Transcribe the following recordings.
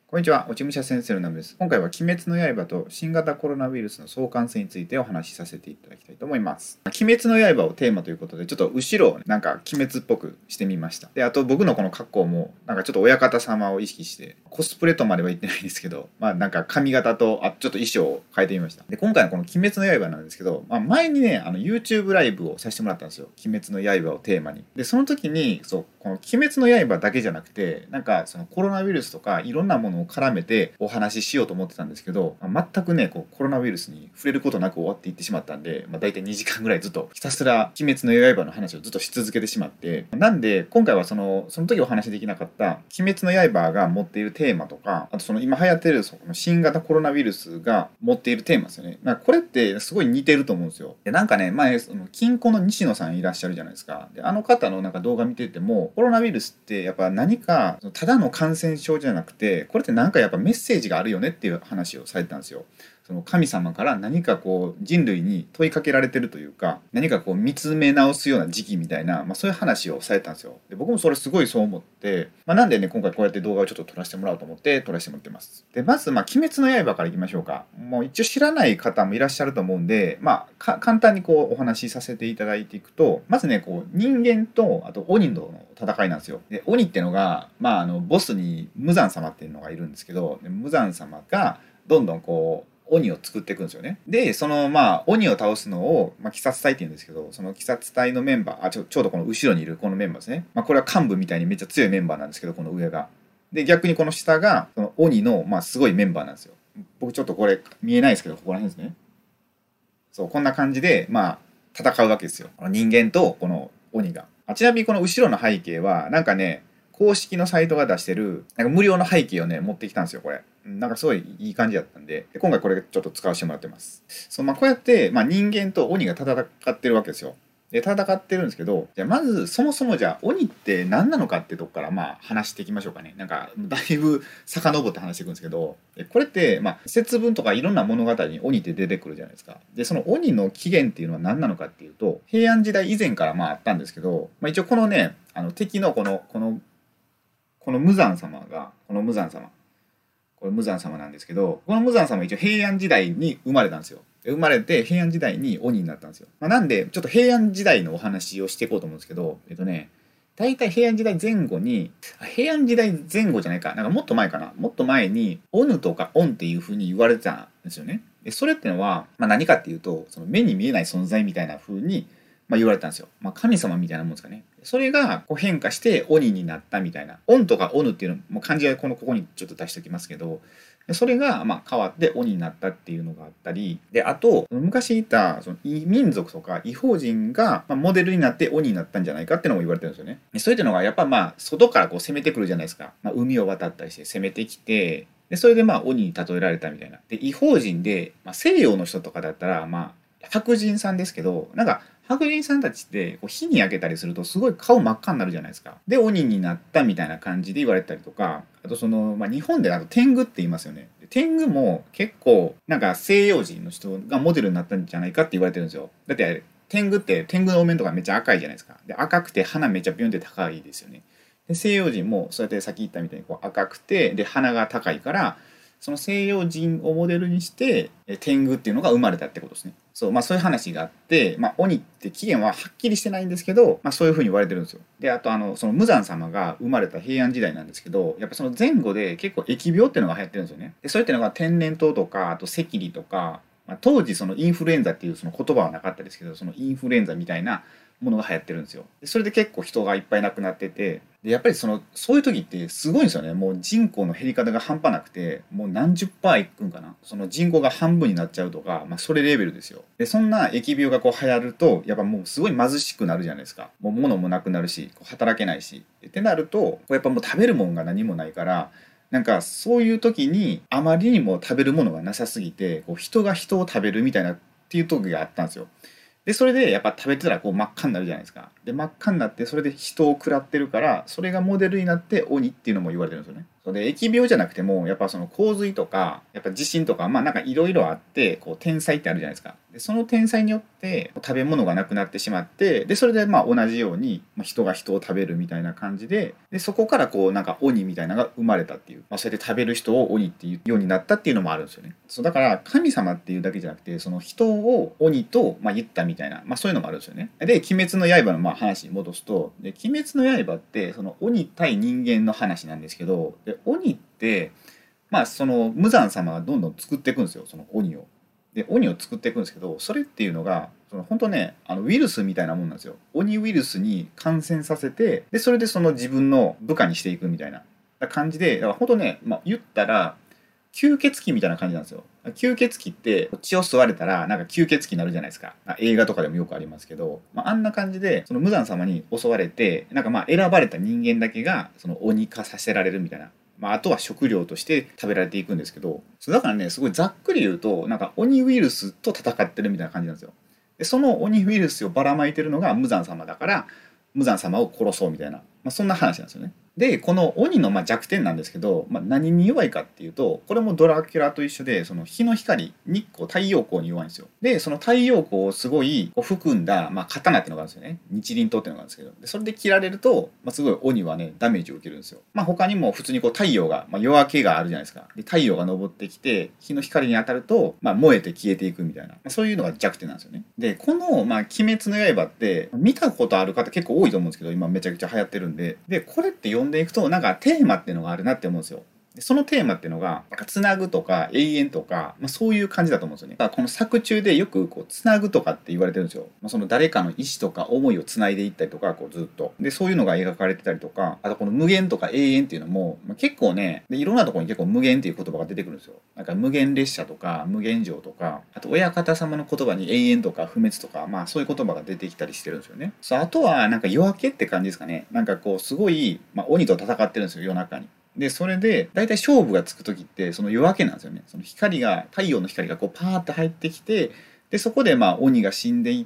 こんにちは、落ち武者先生のナムです。今回は鬼滅の刃と新型コロナウイルスの相関性についてお話しさせていただきたいと思います。鬼滅の刃をテーマということで、ちょっと後ろをなんか鬼滅っぽくしてみました。で、あと僕のこの格好もなんかちょっと親方様を意識して、コスプレとまでは言ってないんですけど、なんか髪型と、ちょっと衣装を変えてみました。で、今回のこの鬼滅の刃なんですけど、前にね、YouTube ライブをさせてもらったんですよ。鬼滅の刃をテーマに。で、その時に、この鬼滅の刃だけじゃなくて、なんかそのコロナウイルスとかいろんなものを絡めてお話ししようと思ってたんですけど、全くねコロナウイルスに触れることなく終わっていってしまったんで、大体2時間ぐらいずっとひたすら鬼滅の刃の話をずっとし続けてしまって、なんで今回はその時お話しできなかった鬼滅の刃が持っているテーマとか、あとその今流行ってるその新型コロナウイルスが持っているテーマですよね。これってすごい似てると思うんですよ。でなんかね、前その金庫の西野さんいらっしゃるじゃないですか。であの方のなんか動画見てても、コロナウイルスってやっぱ何かただの感染症じゃなくて、これってなんかやっぱメッセージがあるよねっていう話をされてたんですよ。その神様から何かこう人類に問いかけられてるというか、何かこう見つめ直すような時期みたいな、そういう話をされたんですよ。で僕もそれすごいそう思って、なんでね今回こうやって動画をちょっと撮らせてもらおうと思って撮らせてもらってます。でまず鬼滅の刃からいきましょうか。もう一応知らない方もいらっしゃると思うんで、簡単にこうお話しさせていただいていくと、まずねこう人間とあと鬼との戦いなんですよ。で鬼ってのが、ボスに無惨様っていうのがいるんですけど、無惨様がどんどんこう鬼を作っていくんですよね。でその鬼を倒すのを、鬼殺隊って言うんですけど、その鬼殺隊のメンバー、ちょうどこの後ろにいるこのメンバーですね。これは幹部みたいにめっちゃ強いメンバーなんですけど、この上が。で逆にこの下がその鬼の、すごいメンバーなんですよ。僕ちょっとこれ見えないですけど、ここら辺ですね。そうこんな感じで戦うわけですよ。人間とこの鬼が。ちなみにこの後ろの背景はなんかね、公式のサイトが出してるなんか無料の背景をね持ってきたんですよ。これなんかすごいいい感じだったんで、今回これちょっと使わせてもらってます。そうこうやって、人間と鬼が戦ってるわけですよ。で戦ってるんですけど、じゃあまずそもそもじゃあ鬼って何なのかってとこから話していきましょうかね。なんかだいぶ遡って話していくんですけど、これって節分とかいろんな物語に鬼って出てくるじゃないですか。でその鬼の起源っていうのは何なのかっていうと、平安時代以前からあったんですけど、一応このね敵のこの無惨様がこれ無惨様なんですけど、この無惨様は一応平安時代に生まれたんですよ。生まれて平安時代に鬼になったんですよ。なんでちょっと平安時代のお話をしていこうと思うんですけど、大体平安時代前後に、平安時代前後じゃないか、なんかもっと前かな、もっと前にオヌとかオンっていう風に言われてたんですよね。でそれってのは、何かっていうと、その目に見えない存在みたいな風に言われたんですよ。神様みたいなもんですかね。それがこう変化して鬼になったみたいな。オンとかオヌっていうのも漢字はここにちょっと出しておきますけど、それが変わって鬼になったっていうのがあったり、であと昔いたその異民族とか異邦人がモデルになって鬼になったんじゃないかっていうのも言われてるんですよね。そういうのがやっぱ外からこう攻めてくるじゃないですか。海を渡ったりして攻めてきて、でそれで鬼に例えられたみたいな。で異邦人で、西洋の人とかだったら白人さんですけど、なんか白人さんたちってこう火に焼けたりするとすごい顔真っ赤になるじゃないですか。で鬼になったみたいな感じで言われたりとか、あと日本で天狗って言いますよね。天狗も結構なんか西洋人の人がモデルになったんじゃないかって言われてるんですよ。だって天狗のお面とかめっちゃ赤いじゃないですか。で赤くて鼻めっちゃビュンって高いですよね。で西洋人もそうやってさっき言ったみたいにこう赤くてで鼻が高いから、その西洋人をモデルにして天狗っていうのが生まれたってことですね。そういう話があって、鬼って起源ははっきりしてないんですけど、そういうふうに言われてるんですよ。であとその無惨様が生まれた平安時代なんですけど、やっぱその前後で結構疫病っていうのが流行ってるんですよね。でそれっていうのが天然痘とかあと赤痢とか、当時そのインフルエンザっていうその言葉はなかったですけど、そのインフルエンザみたいなものが流行ってるんですよ。でそれで結構人がいっぱい亡くなってて、でやっぱりそういう時ってすごいんですよね。もう人口の減り方が半端なくて、もう何十パーいくんかな、その人口が半分になっちゃうとか、それレベルですよ。でそんな疫病がこう流行るとやっぱもうすごい貧しくなるじゃないですか。もう物もなくなるし働けないしってなると、こうやっぱもう食べるもんが何もないから、なんかそういう時にあまりにも食べるものがなさすぎて、こう人が人を食べるみたいなっていう時があったんですよ。でそれでやっぱ食べてたらこう真っ赤になるじゃないですか。で真っ赤になってそれで人を食らってるから、それがモデルになって鬼っていうのも言われてるんですよね。 それで疫病じゃなくてもやっぱその洪水とかやっぱ地震とかなんかいろいろあってこう天災ってあるじゃないですか。でその天災によって食べ物がなくなってしまって、でそれで同じように人が人を食べるみたいな感じで、そこからこうなんか鬼みたいなのが生まれたっていう、それで食べる人を鬼っていうようになったっていうのもあるんですよね。そうだから神様っていうだけじゃなくてその人を鬼と言ったみたいな、そういうのもあるんですよね。で鬼滅の刃の話に戻すと、で鬼滅の刃ってその鬼対人間の話なんですけど、で鬼ってその無惨様がどんどん作っていくんですよ、その鬼を。で鬼を作っていくんですけど、それっていうのがその本当ねウイルスみたいなもんなんですよ。鬼ウイルスに感染させて、でそれでその自分の部下にしていくみたいな感じで、だから本当ね、言ったら吸血鬼みたいな感じなんですよ。吸血鬼って血を吸われたらなんか吸血鬼になるじゃないですか。映画とかでもよくありますけど、あんな感じでその無惨様に襲われて、なんか選ばれた人間だけがその鬼化させられるみたいな。あとは食料として食べられていくんですけど、だからねすごいざっくり言うとなんか鬼ウイルスと戦ってるみたいな感じなんですよ。でその鬼ウイルスをばらまいてるのが無惨様だから、無惨様を殺そうみたいな、そんな話なんですよね。でこの鬼の弱点なんですけど、何に弱いかっていうと、これもドラキュラと一緒でその日の光、日光、太陽光に弱いんですよ。でその太陽光をすごい含んだ、刀っていうのがあるんですよね。日輪刀っていうのがあるんですけど、でそれで切られると、すごい鬼はねダメージを受けるんですよ。他にも普通に太陽が、夜明けがあるじゃないですか。で太陽が昇ってきて日の光に当たると、燃えて消えていくみたいな、そういうのが弱点なんですよね。でこの「鬼滅の刃」って見たことある方結構多いと思うんですけど、今めちゃくちゃ流行ってるんで、これって読んでいくとなんかテーマっていうのがあるなって思うんですよ。でそのテーマっていうのがつなぐとか永遠とか、そういう感じだと思うんですよね。だからこの作中でよくこうつなぐとかって言われてるんですよ。その誰かの意思とか思いをつないでいったりとか、こうずっとでそういうのが描かれてたりとか、あとこの無限とか永遠っていうのも、結構ねでいろんなところに結構無限っていう言葉が出てくるんですよ。なんか無限列車とか無限城とか、あと親方様の言葉に永遠とか不滅とか、そういう言葉が出てきたりしてるんですよね。あとはなんか夜明けって感じですかね。なんかこうすごい、鬼と戦ってるんですよ、夜中に。でそれで大体勝負がつく時ってその夜明けなんですよね。その光が太陽の光がこうパーッと入ってきて、でそこで鬼が死んでいって、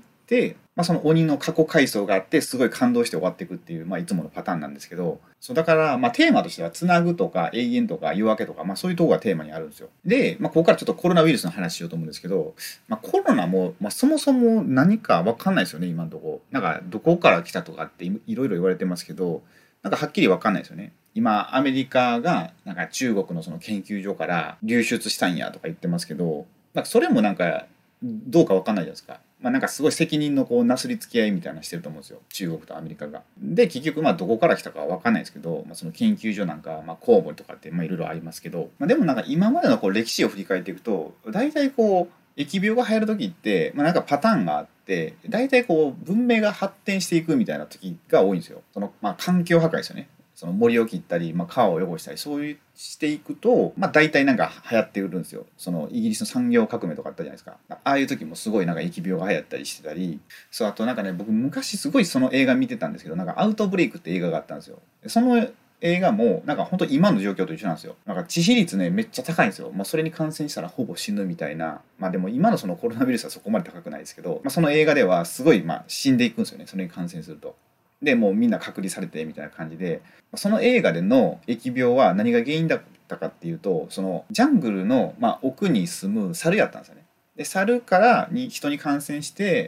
その鬼の過去回想があってすごい感動して終わっていくっていう、いつものパターンなんですけど、そうだからテーマとしてはつなぐとか永遠とか夜明けとか、そういうとこがテーマにあるんですよ。で、ここからちょっとコロナウイルスの話しようと思うんですけど、コロナも、そもそも何か分かんないですよね、今のところ。なんかどこから来たとかっていろいろ言われてますけど、なんかはっきり分かんないですよね。今アメリカがなんか中国のその研究所から流出したんやとか言ってますけど、なんかそれもなんかどうか分かんないじゃないですか。なんかすごい責任のこうなすりつき合いみたいなのしてると思うんですよ、中国とアメリカが。で結局どこから来たかは分かんないですけど、その研究所なんか、コウモリとかっていろいろありますけど、でもなんか今までのこう歴史を振り返っていくと、大体こう疫病が流行る時って、なんかパターンがあって、大体こう文明が発展していくみたいな時が多いんですよ。その環境破壊ですよね。その森を切ったり、川を汚したり、そういうしていくと、大体なんか流行ってくるんですよ。そのイギリスの産業革命とかあったじゃないですか。ああいう時もすごいなんか疫病が流行ったりしてたり、そう、あとなんかね、僕昔すごいその映画見てたんですけど、なんかアウトブレイクって映画があったんですよ。その映画もなんか本当今の状況と一緒なんですよ。なんか致死率ねめっちゃ高いんですよ。それに感染したらほぼ死ぬみたいな。でも今のそのコロナウイルスはそこまで高くないですけど、その映画ではすごい死んでいくんですよね。それに感染すると。でもうみんな隔離されてみたいな感じで、その映画での疫病は何が原因だったかっていうと、そのジャングルの奥に住む猿やったんですよね。で猿から人に感染して、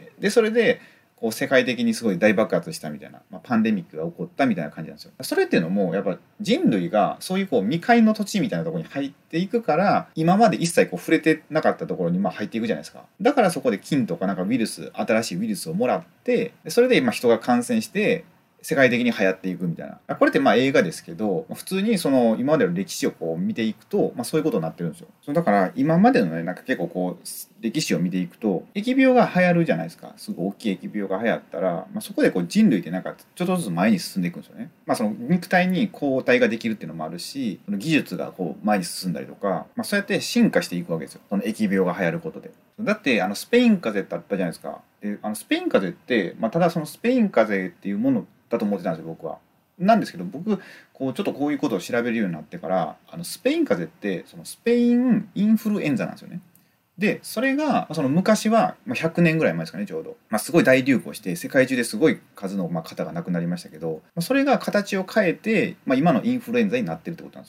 でそれでこう世界的にすごい大爆発したみたいな、パンデミックが起こったみたいな感じなんですよ。それっていうのもやっぱ人類がそういうこう未開の土地みたいなところに入っていくから、今まで一切こう触れてなかったところに入っていくじゃないですか。だからそこで菌とかなんかウイルス、新しいウイルスをもらって、それで人が感染して世界的に流行っていくみたいな。これって映画ですけど、普通にその今までの歴史をこう見ていくと、そういうことになってるんですよ。だから今までのね、なんか結構こう歴史を見ていくと、疫病が流行るじゃないですか。すごい大きい疫病が流行ったら、そこでこう人類ってなんかちょっとずつ前に進んでいくんですよね。その肉体に抗体ができるっていうのもあるし、その技術がこう前に進んだりとか、そうやって進化していくわけですよ。その疫病が流行ることで。だってスペイン風邪ってあったじゃないですか。でスペイン風邪って、ただそのスペイン風邪っていうものだと思ってたんですよ、僕は。なんですけど、僕こうちょっとこういうことを調べるようになってから、スペイン風邪ってそのスペインインフルエンザなんですよね。でそれがその昔は100年ぐらい前ですかね、ちょうど、すごい大流行して世界中ですごい数の方が亡くなりましたけど、それが形を変えて、今のインフルエンザになってるってことなんですよ。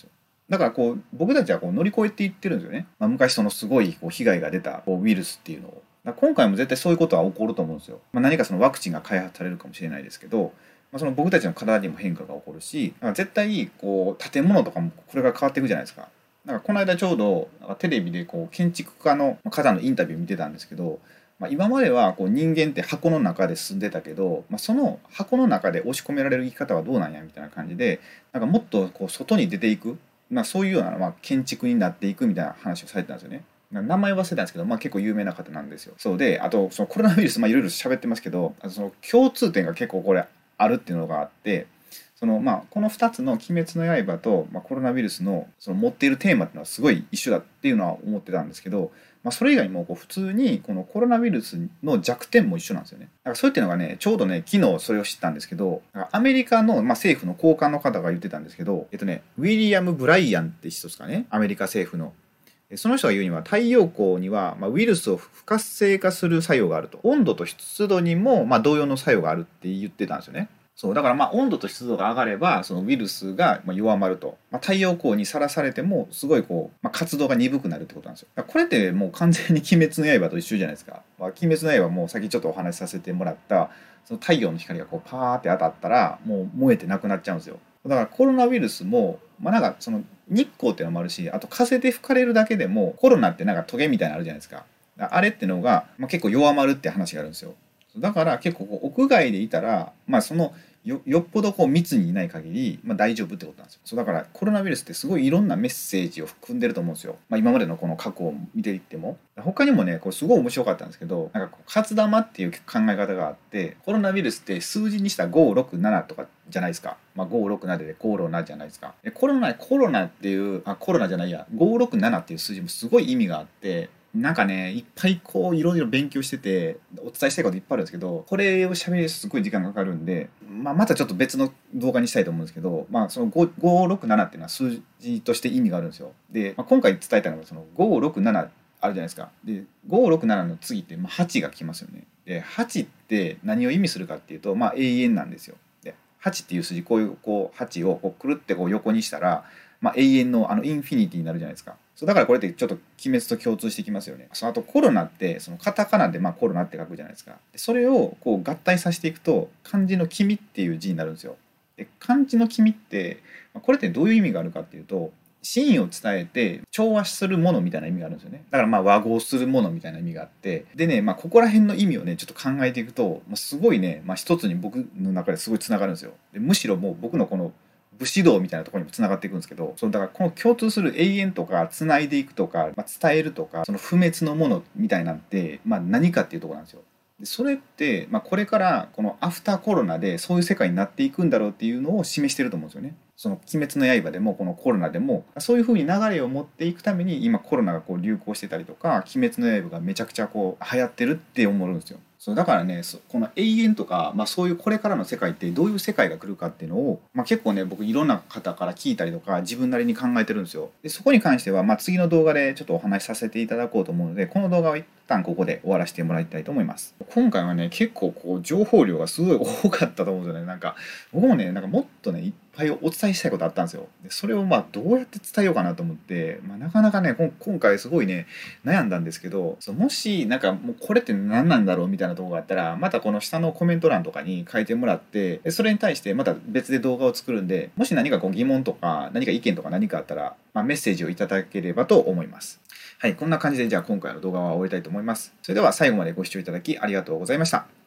だからこう僕たちはこう乗り越えていってるんですよね。昔そのすごいこう被害が出たこうウイルスっていうのを。今回も絶対そういうことは起こると思うんですよ。何かそのワクチンが開発されるかもしれないですけど、その僕たちの体にも変化が起こるし、絶対こう建物とかもこれが変わっていくじゃないですか。この間ちょうどテレビでこう建築家の方のインタビュー見てたんですけど、今まではこう人間って箱の中で住んでたけど、その箱の中で押し込められる生き方はどうなんやみたいな感じで、もっとこう外に出ていく、そういうような建築になっていくみたいな話をされてたんですよね。名前忘れたんですけど、結構有名な方なんですよ。そうで、あとそのコロナウイルス、いろいろ喋ってますけど、その共通点が結構これあるっていうのがあって、この2つの「鬼滅の刃」と、コロナウイルスのその持っているテーマっていうのはすごい一緒だっていうのは思ってたんですけど、それ以外にもこう普通にこのコロナウイルスの弱点も一緒なんですよね。だからそういったのがね、ちょうどね昨日それを知ったんですけど、アメリカの、政府の高官の方が言ってたんですけど、ウィリアム・ブライアンって人ですかね、アメリカ政府の。その人が言うには、太陽光にはウイルスを不活性化する作用があると、温度と湿度にも同様の作用があるって言ってたんですよね。そうだから温度と湿度が上がればそのウイルスが弱まると、太陽光にさらされてもすごいこう、活動が鈍くなるってことなんですよ。これってもう完全に「鬼滅の刃」と一緒じゃないですか。鬼滅の刃もさっきちょっとお話しさせてもらったその太陽の光がこうパーって当たったらもう燃えてなくなっちゃうんですよ。だからコロナウイルスもなんかその日光っていうのもあるし、あと風で吹かれるだけでもコロナってなんかトゲみたいなのあるじゃないですか。あれってのが、結構弱まるって話があるんですよ。だから結構こう屋外でいたら、そのよっぽどこう密にいない限り、大丈夫ってことなんですよ。そうだからコロナウイルスってすごいいろんなメッセージを含んでると思うんですよ。今までのこの過去を見ていっても。他にもね、これすごい面白かったんですけど、なんかこう勝玉っていう考え方があって、コロナウイルスって数字にしたら567とかじゃないですか。567でコロナじゃないですか。コロナっていうコロナじゃないや、567っていう数字もすごい意味があって、なんかねいっぱいこういろいろ勉強しててお伝えしたいこといっぱいあるんですけど、これを喋りすごい時間がかかるんで、またちょっと別の動画にしたいと思うんですけど、その567っていうのは数字として意味があるんですよ。で、今回伝えたのがその567あるじゃないですか。で567の次って8が来ますよね。で8って何を意味するかっていうと、永遠なんですよ。で8っていう数字こう8をこうくるってこう横にしたら、永遠のインフィニティになるじゃないですか。そうだからこれってちょっと鬼滅と共通してきますよね。あとコロナってそのカタカナでコロナって書くじゃないですか。でそれをこう合体させていくと漢字の君っていう字になるんですよ。で漢字の君ってこれってどういう意味があるかっていうと、真意を伝えて調和するものみたいな意味があるんですよね。だから和合するものみたいな意味があって、でね、ここら辺の意味をねちょっと考えていくと、すごいね、一つに僕の中ですごいつながるんですよ。でむしろもう僕のこの武士道みたいなところにもつながっていくんですけど、だからこの共通する永遠とかつないでいくとか、伝えるとか、その不滅のものみたいなんて、何かっていうところなんですよ。でそれって、これからこのアフターコロナでそういう世界になっていくんだろうっていうのを示してると思うんですよね。その鬼滅の刃でもこのコロナでもそういう風に流れを持っていくために今コロナがこう流行してたりとか、鬼滅の刃がめちゃくちゃこう流行ってるって思うんですよ。そうだからね、この永遠とか、そういうこれからの世界ってどういう世界が来るかっていうのを、結構ね僕いろんな方から聞いたりとか自分なりに考えてるんですよ。でそこに関しては、次の動画でちょっとお話しさせていただこうと思うので、この動画は一旦ここで終わらせてもらいたいと思います。今回はね結構こう情報量がすごい多かったと思うんですよね。なんか僕もねもっとねいっぱいお伝えしたいことあったんですよ。でそれをどうやって伝えようかなと思って、なかなかね今回すごいね悩んだんですけど、もしもうこれって何なんだろうみたいなところがあったら、またこの下のコメント欄とかに書いてもらって、それに対してまた別で動画を作るんで、もし何か疑問とか何か意見とか何かあったら、メッセージをいただければと思います。はい、こんな感じでじゃあ今回の動画は終わりたいと思います。それでは最後までご視聴いただきありがとうございました。